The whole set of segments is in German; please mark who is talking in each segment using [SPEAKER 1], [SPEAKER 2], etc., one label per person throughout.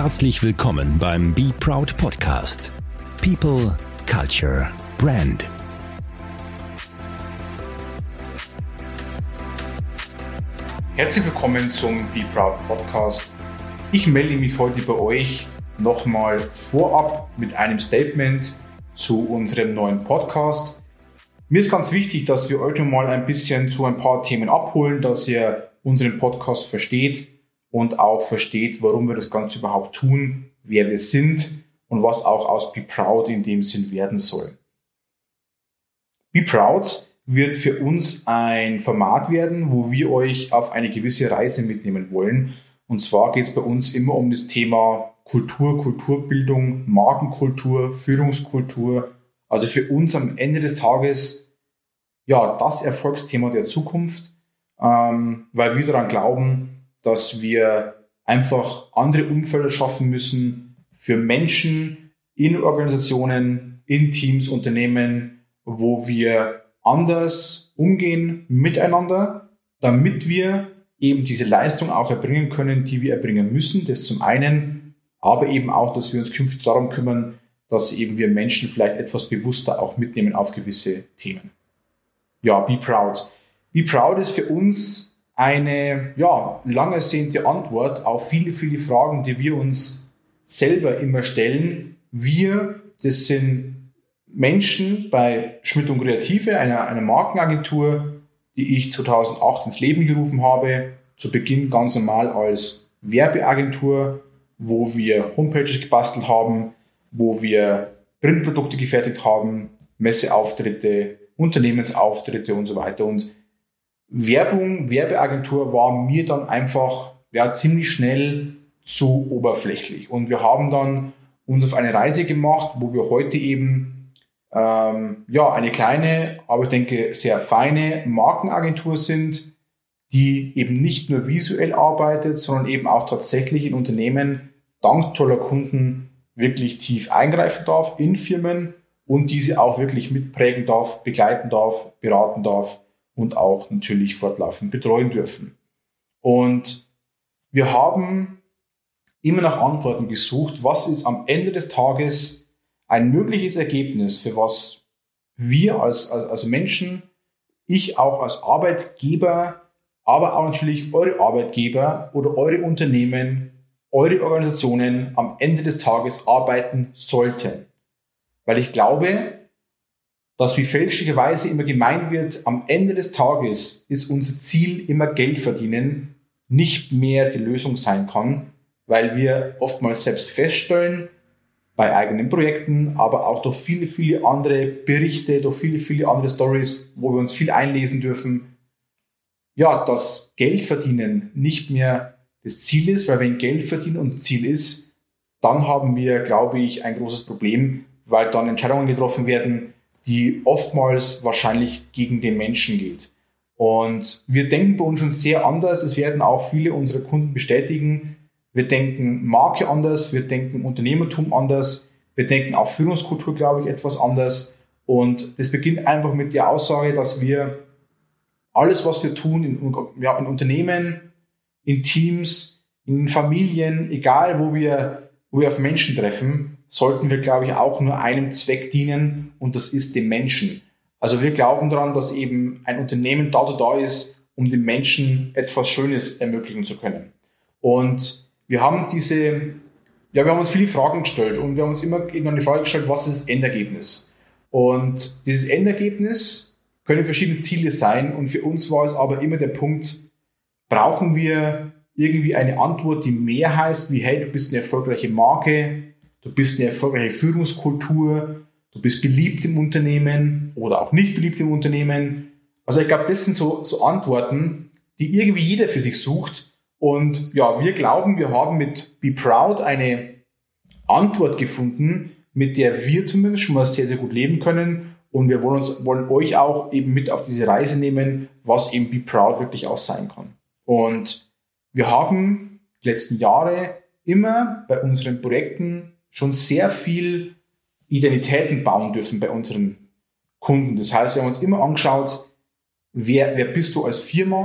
[SPEAKER 1] Herzlich willkommen beim Be Proud Podcast. People, Culture, Brand.
[SPEAKER 2] Herzlich willkommen zum Be Proud Podcast. Ich melde mich heute bei euch nochmal vorab mit einem Statement zu unserem neuen Podcast. Mir ist ganz wichtig, dass wir euch mal ein bisschen zu ein paar Themen abholen, dass ihr unseren Podcast versteht und auch versteht, warum wir das Ganze überhaupt tun, wer wir sind und was auch aus Be Proud in dem Sinn werden soll. Be Proud wird für uns ein Format werden, wo wir euch auf eine gewisse Reise mitnehmen wollen. Und zwar geht es bei uns immer um das Thema Kultur, Kulturbildung, Markenkultur, Führungskultur. Also für uns am Ende des Tages ja das Erfolgsthema der Zukunft, weil wir daran glauben, dass wir einfach andere Umfelder schaffen müssen für Menschen in Organisationen, in Teams, Unternehmen, wo wir anders umgehen miteinander, damit wir eben diese Leistung auch erbringen können, die wir erbringen müssen. Das zum einen, aber eben auch, dass wir uns künftig darum kümmern, dass eben wir Menschen vielleicht etwas bewusster auch mitnehmen auf gewisse Themen. Ja, Be Proud. Be Proud ist für uns eine lang ersehnte Antwort auf viele, viele Fragen, die wir uns selber immer stellen. Wir, das sind Menschen bei Schmidt & Kreative, einer Markenagentur, die ich 2008 ins Leben gerufen habe, zu Beginn ganz normal als Werbeagentur, wo wir Homepages gebastelt haben, wo wir Printprodukte gefertigt haben, Messeauftritte, Unternehmensauftritte und so weiter. Und Werbeagentur war mir dann einfach ziemlich schnell zu oberflächlich. Und wir haben dann uns auf eine Reise gemacht, wo wir heute eben eine kleine, aber ich denke sehr feine Markenagentur sind, die eben nicht nur visuell arbeitet, sondern eben auch tatsächlich in Unternehmen dank toller Kunden wirklich tief eingreifen darf in Firmen und diese auch wirklich mitprägen darf, begleiten darf, beraten darf und auch natürlich fortlaufend betreuen dürfen. Und wir haben immer nach Antworten gesucht, was ist am Ende des Tages ein mögliches Ergebnis, für was wir als Menschen, ich auch als Arbeitgeber, aber auch natürlich eure Arbeitgeber oder eure Unternehmen, eure Organisationen am Ende des Tages arbeiten sollten. Weil ich glaube, dass wie fälschlicherweise immer gemeint wird, am Ende des Tages ist unser Ziel immer Geld verdienen, nicht mehr die Lösung sein kann, weil wir oftmals selbst feststellen, bei eigenen Projekten, aber auch durch viele, viele andere Berichte, durch viele, viele andere Stories, wo wir uns viel einlesen dürfen, dass Geld verdienen nicht mehr das Ziel ist, weil wenn Geld verdienen unser Ziel ist, dann haben wir, glaube ich, ein großes Problem, weil dann Entscheidungen getroffen werden, die oftmals wahrscheinlich gegen den Menschen geht. Und wir denken bei uns schon sehr anders. Es werden auch viele unserer Kunden bestätigen. Wir denken Marke anders, wir denken Unternehmertum anders, wir denken auch Führungskultur, glaube ich, etwas anders. Und das beginnt einfach mit der Aussage, dass wir alles, was wir tun in Unternehmen, in Teams, in Familien, egal wo wir auf Menschen treffen, sollten wir, glaube ich, auch nur einem Zweck dienen und das ist dem Menschen. Also wir glauben daran, dass eben ein Unternehmen dazu da ist, um den Menschen etwas Schönes ermöglichen zu können. Und wir haben uns viele Fragen gestellt und wir haben uns immer irgendwann die Frage gestellt, was ist das Endergebnis? Und dieses Endergebnis können verschiedene Ziele sein und für uns war es aber immer der Punkt, brauchen wir irgendwie eine Antwort, die mehr heißt, wie hey, du bist eine erfolgreiche Marke, du bist eine erfolgreiche Führungskultur, du bist beliebt im Unternehmen oder auch nicht beliebt im Unternehmen. Also ich glaube, das sind so Antworten, die irgendwie jeder für sich sucht. Und wir glauben, wir haben mit Be Proud eine Antwort gefunden, mit der wir zumindest schon mal sehr, sehr gut leben können. Und wir wollen euch auch eben mit auf diese Reise nehmen, was eben Be Proud wirklich auch sein kann. Und wir haben die letzten Jahre immer bei unseren Projekten schon sehr viel Identitäten bauen dürfen bei unseren Kunden. Das heißt, wir haben uns immer angeschaut, wer bist du als Firma,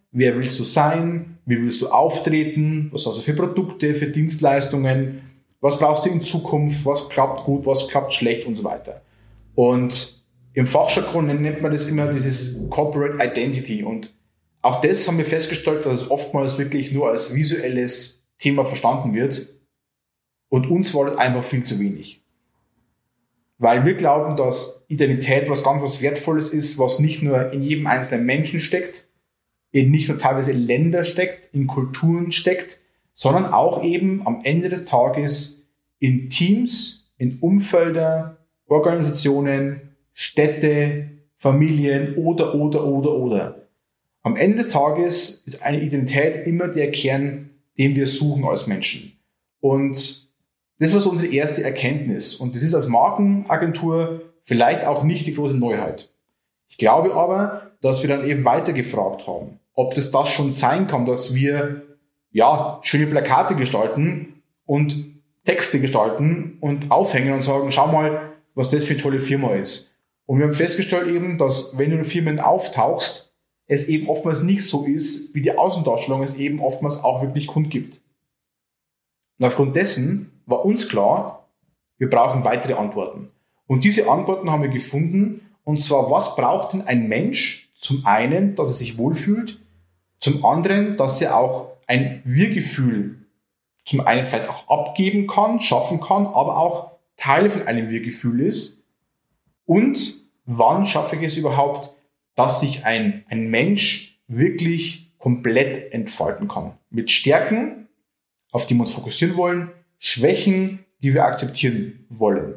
[SPEAKER 2] wer willst du sein, wie willst du auftreten, was hast du für Produkte, für Dienstleistungen, was brauchst du in Zukunft, was klappt gut, was klappt schlecht und so weiter. Und im Fachjargon nennt man das immer dieses Corporate Identity. Und auch das haben wir festgestellt, dass es oftmals wirklich nur als visuelles Thema verstanden wird. Und uns war das einfach viel zu wenig. Weil wir glauben, dass Identität was Wertvolles ist, was nicht nur in jedem einzelnen Menschen steckt, in nicht nur teilweise in Ländern steckt, in Kulturen steckt, sondern auch eben am Ende des Tages in Teams, in Umfelder, Organisationen, Städte, Familien oder. Am Ende des Tages ist eine Identität immer der Kern, den wir suchen als Menschen. Und das war so unsere erste Erkenntnis. Und das ist als Markenagentur vielleicht auch nicht die große Neuheit. Ich glaube aber, dass wir dann eben weitergefragt haben, ob das schon sein kann, dass wir schöne Plakate gestalten und Texte gestalten und aufhängen und sagen, schau mal, was das für eine tolle Firma ist. Und wir haben festgestellt eben, dass wenn du in Firmen auftauchst, es eben oftmals nicht so ist, wie die Außendarstellung es eben oftmals auch wirklich kundgibt. Und aufgrund dessen war uns klar, wir brauchen weitere Antworten. Und diese Antworten haben wir gefunden. Und zwar, was braucht denn ein Mensch? Zum einen, dass er sich wohlfühlt. Zum anderen, dass er auch ein Wir-Gefühl zum einen vielleicht auch abgeben kann, schaffen kann, aber auch Teile von einem Wir-Gefühl ist. Und wann schaffe ich es überhaupt, dass sich ein Mensch wirklich komplett entfalten kann? Mit Stärken, auf die wir uns fokussieren wollen, Schwächen, die wir akzeptieren wollen.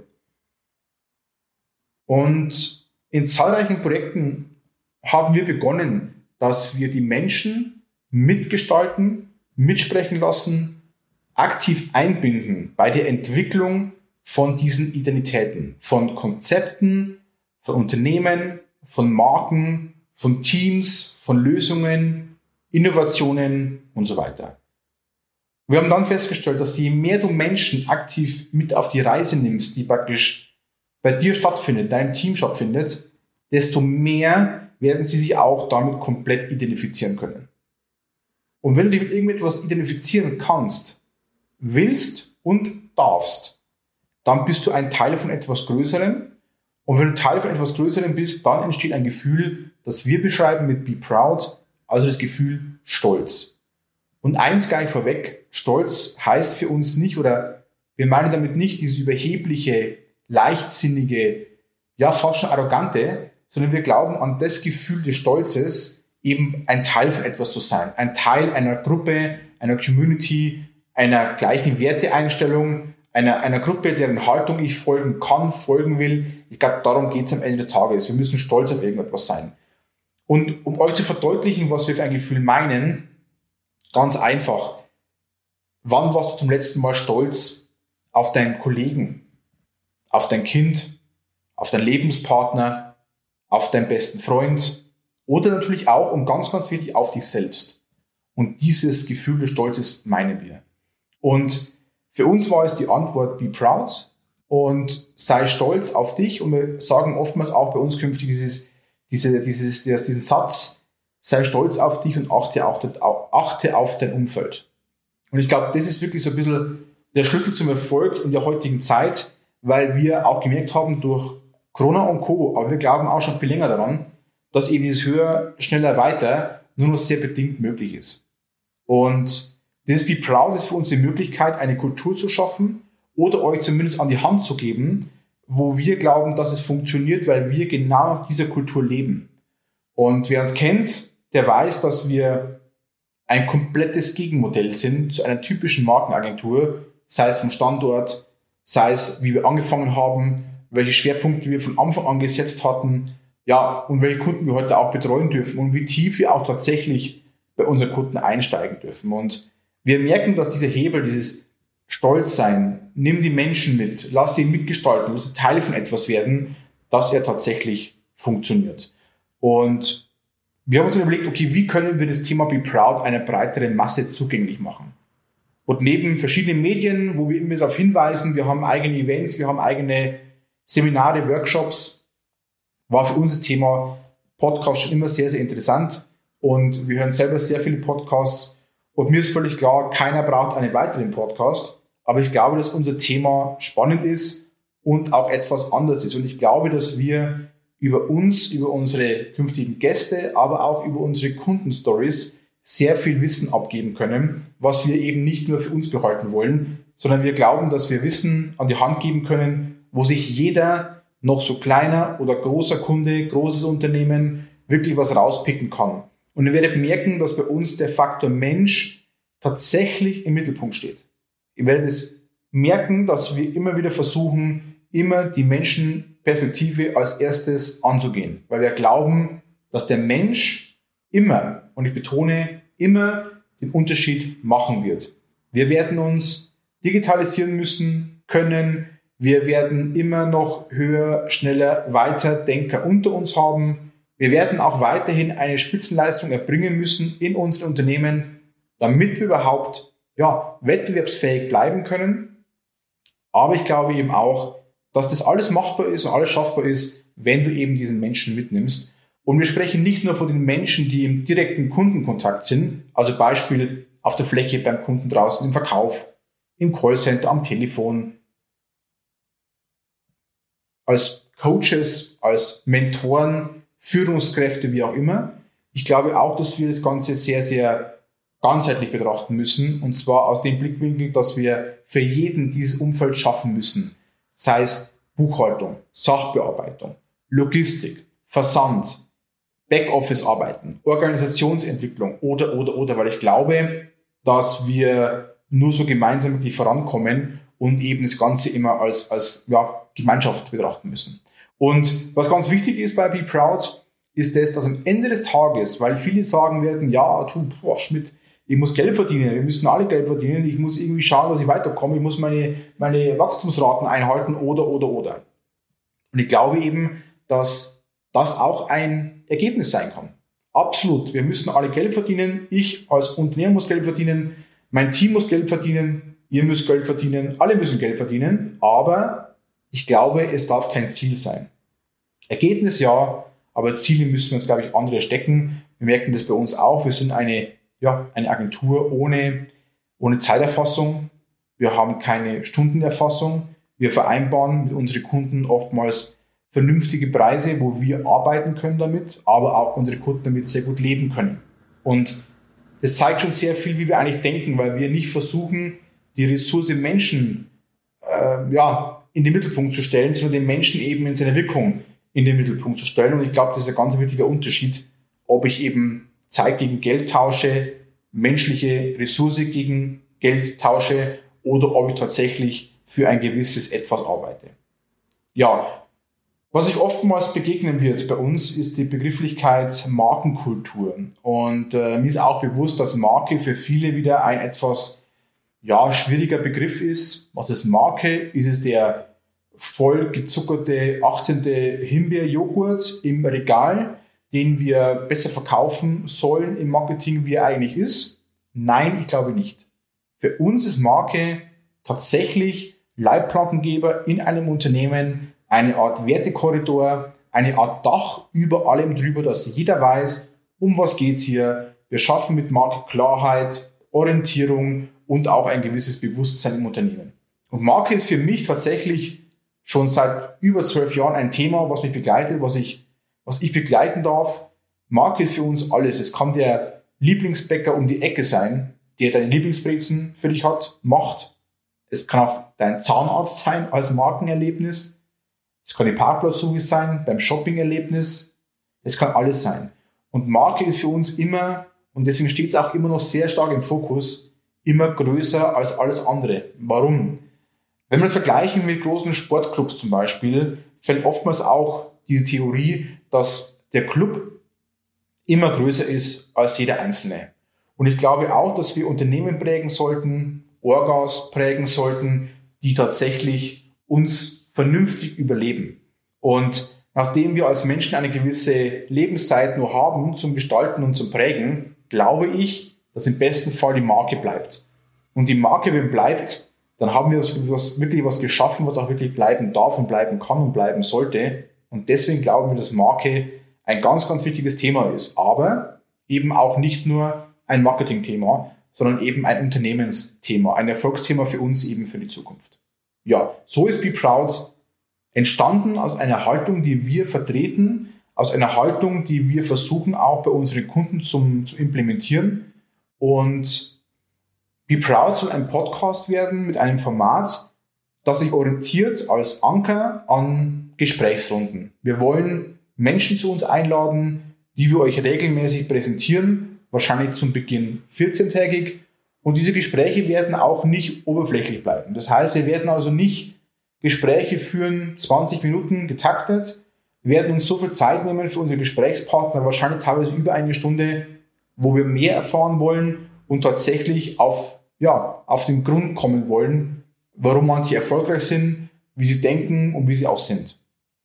[SPEAKER 2] Und in zahlreichen Projekten haben wir begonnen, dass wir die Menschen mitgestalten, mitsprechen lassen, aktiv einbinden bei der Entwicklung von diesen Identitäten, von Konzepten, von Unternehmen, von Marken, von Teams, von Lösungen, Innovationen und so weiter. Wir haben dann festgestellt, dass je mehr du Menschen aktiv mit auf die Reise nimmst, die praktisch bei dir stattfindet, deinem Team stattfindet, desto mehr werden sie sich auch damit komplett identifizieren können. Und wenn du dich mit irgendetwas identifizieren kannst, willst und darfst, dann bist du ein Teil von etwas Größerem. Und wenn du Teil von etwas Größerem bist, dann entsteht ein Gefühl, das wir beschreiben mit Be Proud, also das Gefühl Stolz. Und eins gleich vorweg, Stolz heißt für uns nicht, oder wir meinen damit nicht dieses überhebliche, leichtsinnige, fast schon arrogante, sondern wir glauben an das Gefühl des Stolzes, eben ein Teil von etwas zu sein, ein Teil einer Gruppe, einer Community, einer gleichen Werteeinstellung, einer Gruppe, deren Haltung ich folgen kann, folgen will. Ich glaube, darum geht es am Ende des Tages. Wir müssen stolz auf irgendetwas sein. Und um euch zu verdeutlichen, was wir für ein Gefühl meinen, ganz einfach. Wann warst du zum letzten Mal stolz auf deinen Kollegen, auf dein Kind, auf deinen Lebenspartner, auf deinen besten Freund oder natürlich auch, und ganz, ganz wichtig, auf dich selbst? Und dieses Gefühl des Stolzes meinen wir. Und für uns war es die Antwort, be proud und sei stolz auf dich. Und wir sagen oftmals auch bei uns künftig diesen Satz, sei stolz auf dich und achte auf dein Umfeld. Und ich glaube, das ist wirklich so ein bisschen der Schlüssel zum Erfolg in der heutigen Zeit, weil wir auch gemerkt haben durch Corona und Co., aber wir glauben auch schon viel länger daran, dass eben dieses höher, schneller, weiter nur noch sehr bedingt möglich ist. Und dieses Be Proud ist für uns die Möglichkeit, eine Kultur zu schaffen oder euch zumindest an die Hand zu geben, wo wir glauben, dass es funktioniert, weil wir genau nach dieser Kultur leben. Und wer uns kennt, der weiß, dass wir ein komplettes Gegenmodell sind zu einer typischen Markenagentur, sei es vom Standort, sei es, wie wir angefangen haben, welche Schwerpunkte wir von Anfang an gesetzt hatten, und welche Kunden wir heute auch betreuen dürfen und wie tief wir auch tatsächlich bei unseren Kunden einsteigen dürfen. Und wir merken, dass dieser Hebel, dieses Stolzsein, nimm die Menschen mit, lass sie mitgestalten, lass sie Teile von etwas werden, dass er tatsächlich funktioniert. Und wir haben uns überlegt, okay, wie können wir das Thema Be Proud einer breiteren Masse zugänglich machen? Und neben verschiedenen Medien, wo wir immer darauf hinweisen, wir haben eigene Events, wir haben eigene Seminare, Workshops, war für uns das Thema Podcast schon immer sehr, sehr interessant. und wir hören selber sehr viele Podcasts und mir ist völlig klar, keiner braucht einen weiteren Podcast, aber ich glaube, dass unser Thema spannend ist und auch etwas anders ist und ich glaube, dass wir über uns, über unsere künftigen Gäste, aber auch über unsere Kundenstories sehr viel Wissen abgeben können, was wir eben nicht nur für uns behalten wollen, sondern wir glauben, dass wir Wissen an die Hand geben können, wo sich jeder, noch so kleiner oder großer Kunde, großes Unternehmen, wirklich was rauspicken kann. Und ihr werdet merken, dass bei uns der Faktor Mensch tatsächlich im Mittelpunkt steht. Ihr werdet es merken, dass wir immer wieder versuchen, immer die Menschenperspektive als erstes anzugehen, weil wir glauben, dass der Mensch immer, und ich betone, immer den Unterschied machen wird. Wir werden uns digitalisieren müssen, können, wir werden immer noch höher, schneller, weiter Denker unter uns haben. Wir werden auch weiterhin eine Spitzenleistung erbringen müssen in unseren Unternehmen, damit wir überhaupt wettbewerbsfähig bleiben können. Aber ich glaube eben auch, dass das alles machbar ist und alles schaffbar ist, wenn du eben diesen Menschen mitnimmst. Und wir sprechen nicht nur von den Menschen, die im direkten Kundenkontakt sind, also Beispiel auf der Fläche beim Kunden draußen, im Verkauf, im Callcenter, am Telefon, als Coaches, als Mentoren, Führungskräfte, wie auch immer. Ich glaube auch, dass wir das Ganze sehr, sehr ganzheitlich betrachten müssen. Und zwar aus dem Blickwinkel, dass wir für jeden dieses Umfeld schaffen müssen. Sei es Buchhaltung, Sachbearbeitung, Logistik, Versand, Backoffice-Arbeiten, Organisationsentwicklung oder. Weil ich glaube, dass wir nur so gemeinsam wirklich vorankommen und eben das Ganze immer als Gemeinschaft betrachten müssen. Und was ganz wichtig ist bei Be Proud, ist das, dass am Ende des Tages, weil viele sagen werden, Schmidt, ich muss Geld verdienen, wir müssen alle Geld verdienen, ich muss irgendwie schauen, dass ich weiterkomme, ich muss meine Wachstumsraten einhalten oder. Und ich glaube eben, dass das auch ein Ergebnis sein kann. Absolut, wir müssen alle Geld verdienen, ich als Unternehmer muss Geld verdienen, mein Team muss Geld verdienen, ihr müsst Geld verdienen, alle müssen Geld verdienen, aber ich glaube, es darf kein Ziel sein. Ergebnis ja, aber Ziele müssen wir uns, glaube ich, andere stecken. Wir merken das bei uns auch. Wir sind eine Agentur ohne Zeiterfassung. Wir haben keine Stundenerfassung. Wir vereinbaren mit unseren Kunden oftmals vernünftige Preise, wo wir arbeiten können damit, aber auch unsere Kunden damit sehr gut leben können. Und das zeigt schon sehr viel, wie wir eigentlich denken, weil wir nicht versuchen, die Ressource Menschen in den Mittelpunkt zu stellen, sondern den Menschen eben in seiner Wirkung in den Mittelpunkt zu stellen. Und ich glaube, das ist ein ganz wichtiger Unterschied, ob ich eben Zeit gegen Geld tausche, menschliche Ressource gegen Geld tausche oder ob ich tatsächlich für ein gewisses Etwas arbeite. Ja, was ich oftmals begegnen wird bei uns, ist die Begrifflichkeit Markenkultur. Und mir ist auch bewusst, dass Marke für viele wieder ein etwas schwieriger Begriff ist. Was ist Marke? Ist es der voll gezuckerte 18. Himbeerjoghurt im Regal, den wir besser verkaufen sollen im Marketing, wie er eigentlich ist? Nein, ich glaube nicht. Für uns ist Marke tatsächlich Leitplankengeber in einem Unternehmen, eine Art Wertekorridor, eine Art Dach über allem drüber, dass jeder weiß, um was geht's hier. Wir schaffen mit Marke Klarheit, Orientierung und auch ein gewisses Bewusstsein im Unternehmen. Und Marke ist für mich tatsächlich schon seit über 12 Jahren ein Thema, was mich begleitet, was ich begleiten darf. Marke ist für uns alles. Es kann der Lieblingsbäcker um die Ecke sein, der deine Lieblingsbrezen für dich macht. Es kann auch dein Zahnarzt sein als Markenerlebnis. Es kann die Parkplatzsuche sein, beim Shoppingerlebnis. Es kann alles sein. Und Marke ist für uns immer, und deswegen steht es auch immer noch sehr stark im Fokus, immer größer als alles andere. Warum? Wenn wir vergleichen mit großen Sportclubs zum Beispiel, fällt oftmals auch diese Theorie, dass der Club immer größer ist als jeder Einzelne. Und ich glaube auch, dass wir Unternehmen prägen sollten, Orgas prägen sollten, die tatsächlich uns vernünftig überleben. Und nachdem wir als Menschen eine gewisse Lebenszeit nur haben zum Gestalten und zum Prägen, glaube ich, dass im besten Fall die Marke bleibt. Und die Marke, wenn bleibt, dann haben wir wirklich was geschaffen, was auch wirklich bleiben darf und bleiben kann und bleiben sollte. Und deswegen glauben wir, dass Marke ein ganz, ganz wichtiges Thema ist. Aber eben auch nicht nur ein Marketingthema, sondern eben ein Unternehmensthema, ein Erfolgsthema für uns eben für die Zukunft. Ja, so ist Be Proud entstanden aus einer Haltung, die wir vertreten, aus einer Haltung, die wir versuchen auch bei unseren Kunden zu implementieren. Und Be Proud soll ein Podcast werden mit einem Format, das sich orientiert als Anker an Gesprächsrunden. Wir wollen Menschen zu uns einladen, die wir euch regelmäßig präsentieren, wahrscheinlich zum Beginn 14-tägig. Und diese Gespräche werden auch nicht oberflächlich bleiben. Das heißt, wir werden also nicht Gespräche führen, 20 Minuten getaktet. Wir werden uns so viel Zeit nehmen für unsere Gesprächspartner, wahrscheinlich teilweise über eine Stunde, wo wir mehr erfahren wollen und tatsächlich auf den Grund kommen wollen, warum manche erfolgreich sind, wie sie denken und wie sie auch sind.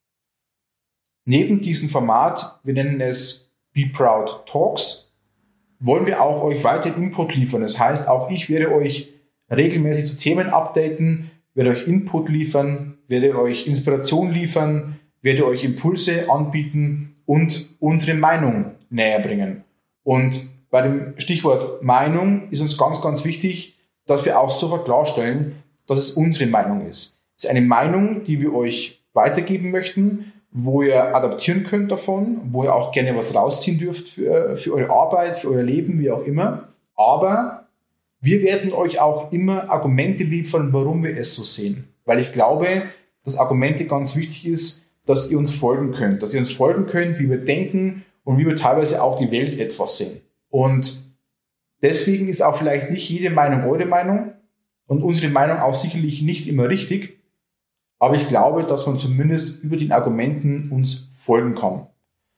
[SPEAKER 2] Neben diesem Format, wir nennen es Be Proud Talks, wollen wir auch euch weiter Input liefern. Das heißt, auch ich werde euch regelmäßig zu Themen updaten, werde euch Input liefern, werde euch Inspiration liefern, werde euch Impulse anbieten und unsere Meinung näher bringen. Und bei dem Stichwort Meinung ist uns ganz, ganz wichtig, dass wir auch sofort klarstellen, dass es unsere Meinung ist. Es ist eine Meinung, die wir euch weitergeben möchten, wo ihr adaptieren könnt davon, wo ihr auch gerne was rausziehen dürft für eure Arbeit, für euer Leben, wie auch immer. Aber wir werden euch auch immer Argumente liefern, warum wir es so sehen. Weil ich glaube, dass Argumente ganz wichtig ist, dass ihr uns folgen könnt. Dass ihr uns folgen könnt, wie wir denken und wie wir teilweise auch die Welt etwas sehen. Und deswegen ist auch vielleicht nicht jede Meinung eure Meinung und unsere Meinung auch sicherlich nicht immer richtig. Aber ich glaube, dass man zumindest über den Argumenten uns folgen kann.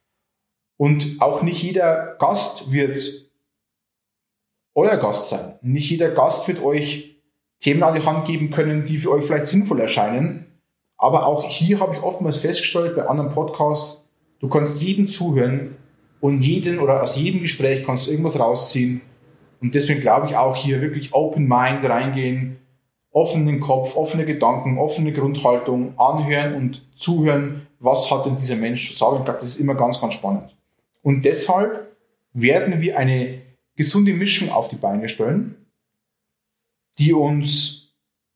[SPEAKER 2] Und auch nicht jeder Gast wird euer Gast sein. Nicht jeder Gast wird euch Themen an die Hand geben können, die für euch vielleicht sinnvoll erscheinen. Aber auch hier habe ich oftmals festgestellt, bei anderen Podcasts, du kannst jedem zuhören und aus jedem Gespräch kannst du irgendwas rausziehen. Und deswegen glaube ich auch hier wirklich Open Mind reingehen, offenen Kopf, offene Gedanken, offene Grundhaltung, anhören und zuhören, was hat denn dieser Mensch zu sagen. Ich glaube, das ist immer ganz, ganz spannend. Und deshalb werden wir eine gesunde Mischung auf die Beine stellen, die uns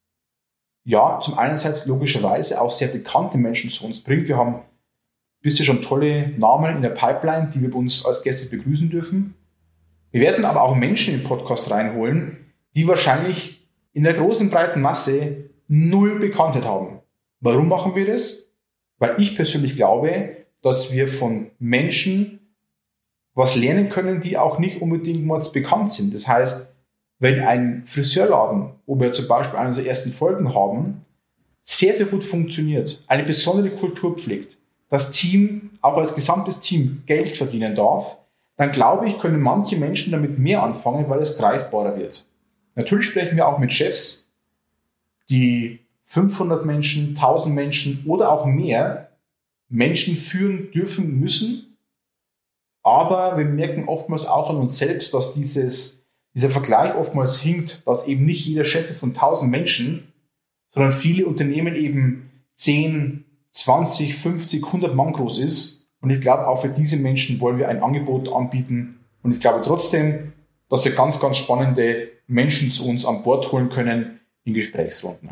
[SPEAKER 2] zum einerseits logischerweise auch sehr bekannte Menschen zu uns bringt. Wir haben bisher schon tolle Namen in der Pipeline, die wir bei uns als Gäste begrüßen dürfen. Wir werden aber auch Menschen in den Podcast reinholen, die wahrscheinlich in der großen, breiten Masse null Bekanntheit haben. Warum machen wir das? Weil ich persönlich glaube, dass wir von Menschen was lernen können, die auch nicht unbedingt mal bekannt sind. Das heißt, wenn ein Friseurladen, wo wir zum Beispiel eine unserer ersten Folgen haben, sehr, sehr gut funktioniert, eine besondere Kultur pflegt, das Team, auch als gesamtes Team, Geld verdienen darf, dann glaube ich, können manche Menschen damit mehr anfangen, weil es greifbarer wird. Natürlich sprechen wir auch mit Chefs, die 500 Menschen, 1000 Menschen oder auch mehr Menschen führen dürfen müssen. Aber wir merken oftmals auch an uns selbst, dass dieser Vergleich oftmals hinkt, dass eben nicht jeder Chef ist von 1000 Menschen, sondern viele Unternehmen eben 10, 20, 50, 100 Mann groß ist. Und ich glaube, auch für diese Menschen wollen wir ein Angebot anbieten. Und ich glaube trotzdem, dass wir ganz, ganz spannende Menschen zu uns an Bord holen können in Gesprächsrunden.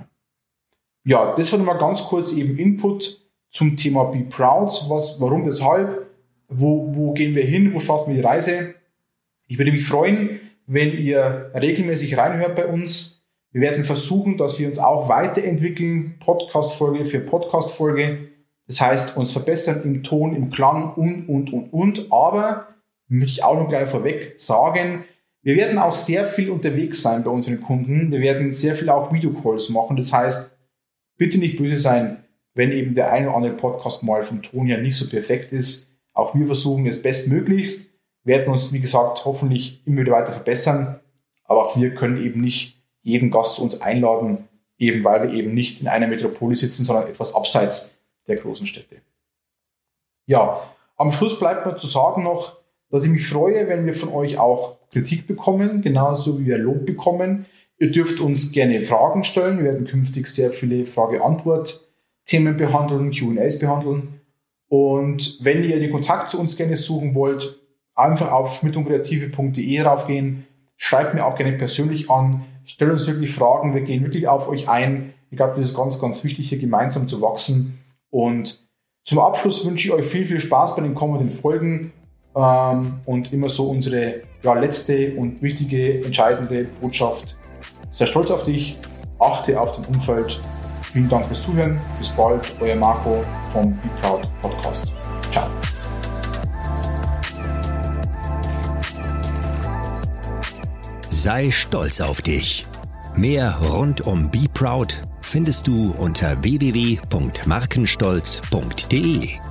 [SPEAKER 2] Ja, das war nochmal ganz kurz eben Input zum Thema Be Proud. Warum, weshalb, wo gehen wir hin, wo starten wir die Reise. Ich würde mich freuen, wenn ihr regelmäßig reinhört bei uns. Wir werden versuchen, dass wir uns auch weiterentwickeln, Podcast-Folge für Podcast-Folge. Das heißt, uns verbessern im Ton, im Klang und. Aber, möchte ich auch noch gleich vorweg sagen, wir werden auch sehr viel unterwegs sein bei unseren Kunden. Wir werden sehr viel auch Videocalls machen. Das heißt, bitte nicht böse sein, wenn eben der eine oder andere Podcast mal vom Ton her nicht so perfekt ist. Auch wir versuchen es bestmöglichst, werden uns, wie gesagt, hoffentlich immer wieder weiter verbessern. Aber auch wir können eben nicht jeden Gast zu uns einladen, eben weil wir eben nicht in einer Metropole sitzen, sondern etwas abseits der großen Städte. Ja, am Schluss bleibt mir zu sagen noch, dass ich mich freue, wenn wir von euch auch Kritik bekommen, genauso wie wir Lob bekommen. Ihr dürft uns gerne Fragen stellen. Wir werden künftig sehr viele Frage-Antwort-Themen behandeln, Q&As behandeln. Und wenn ihr den Kontakt zu uns gerne suchen wollt, einfach auf schmidtundkreative.de raufgehen. Schreibt mir auch gerne persönlich an. Stellt uns wirklich Fragen. Wir gehen wirklich auf euch ein. Ich glaube, das ist ganz, ganz wichtig, hier gemeinsam zu wachsen. Und zum Abschluss wünsche ich euch viel, viel Spaß bei den kommenden Folgen. Und immer so unsere letzte und wichtige, entscheidende Botschaft. Sei stolz auf dich. Achte auf dein Umfeld. Vielen Dank fürs Zuhören. Bis bald. Euer Marco vom Be Proud Podcast. Ciao.
[SPEAKER 1] Sei stolz auf dich. Mehr rund um Be Proud findest du unter www.markenstolz.de.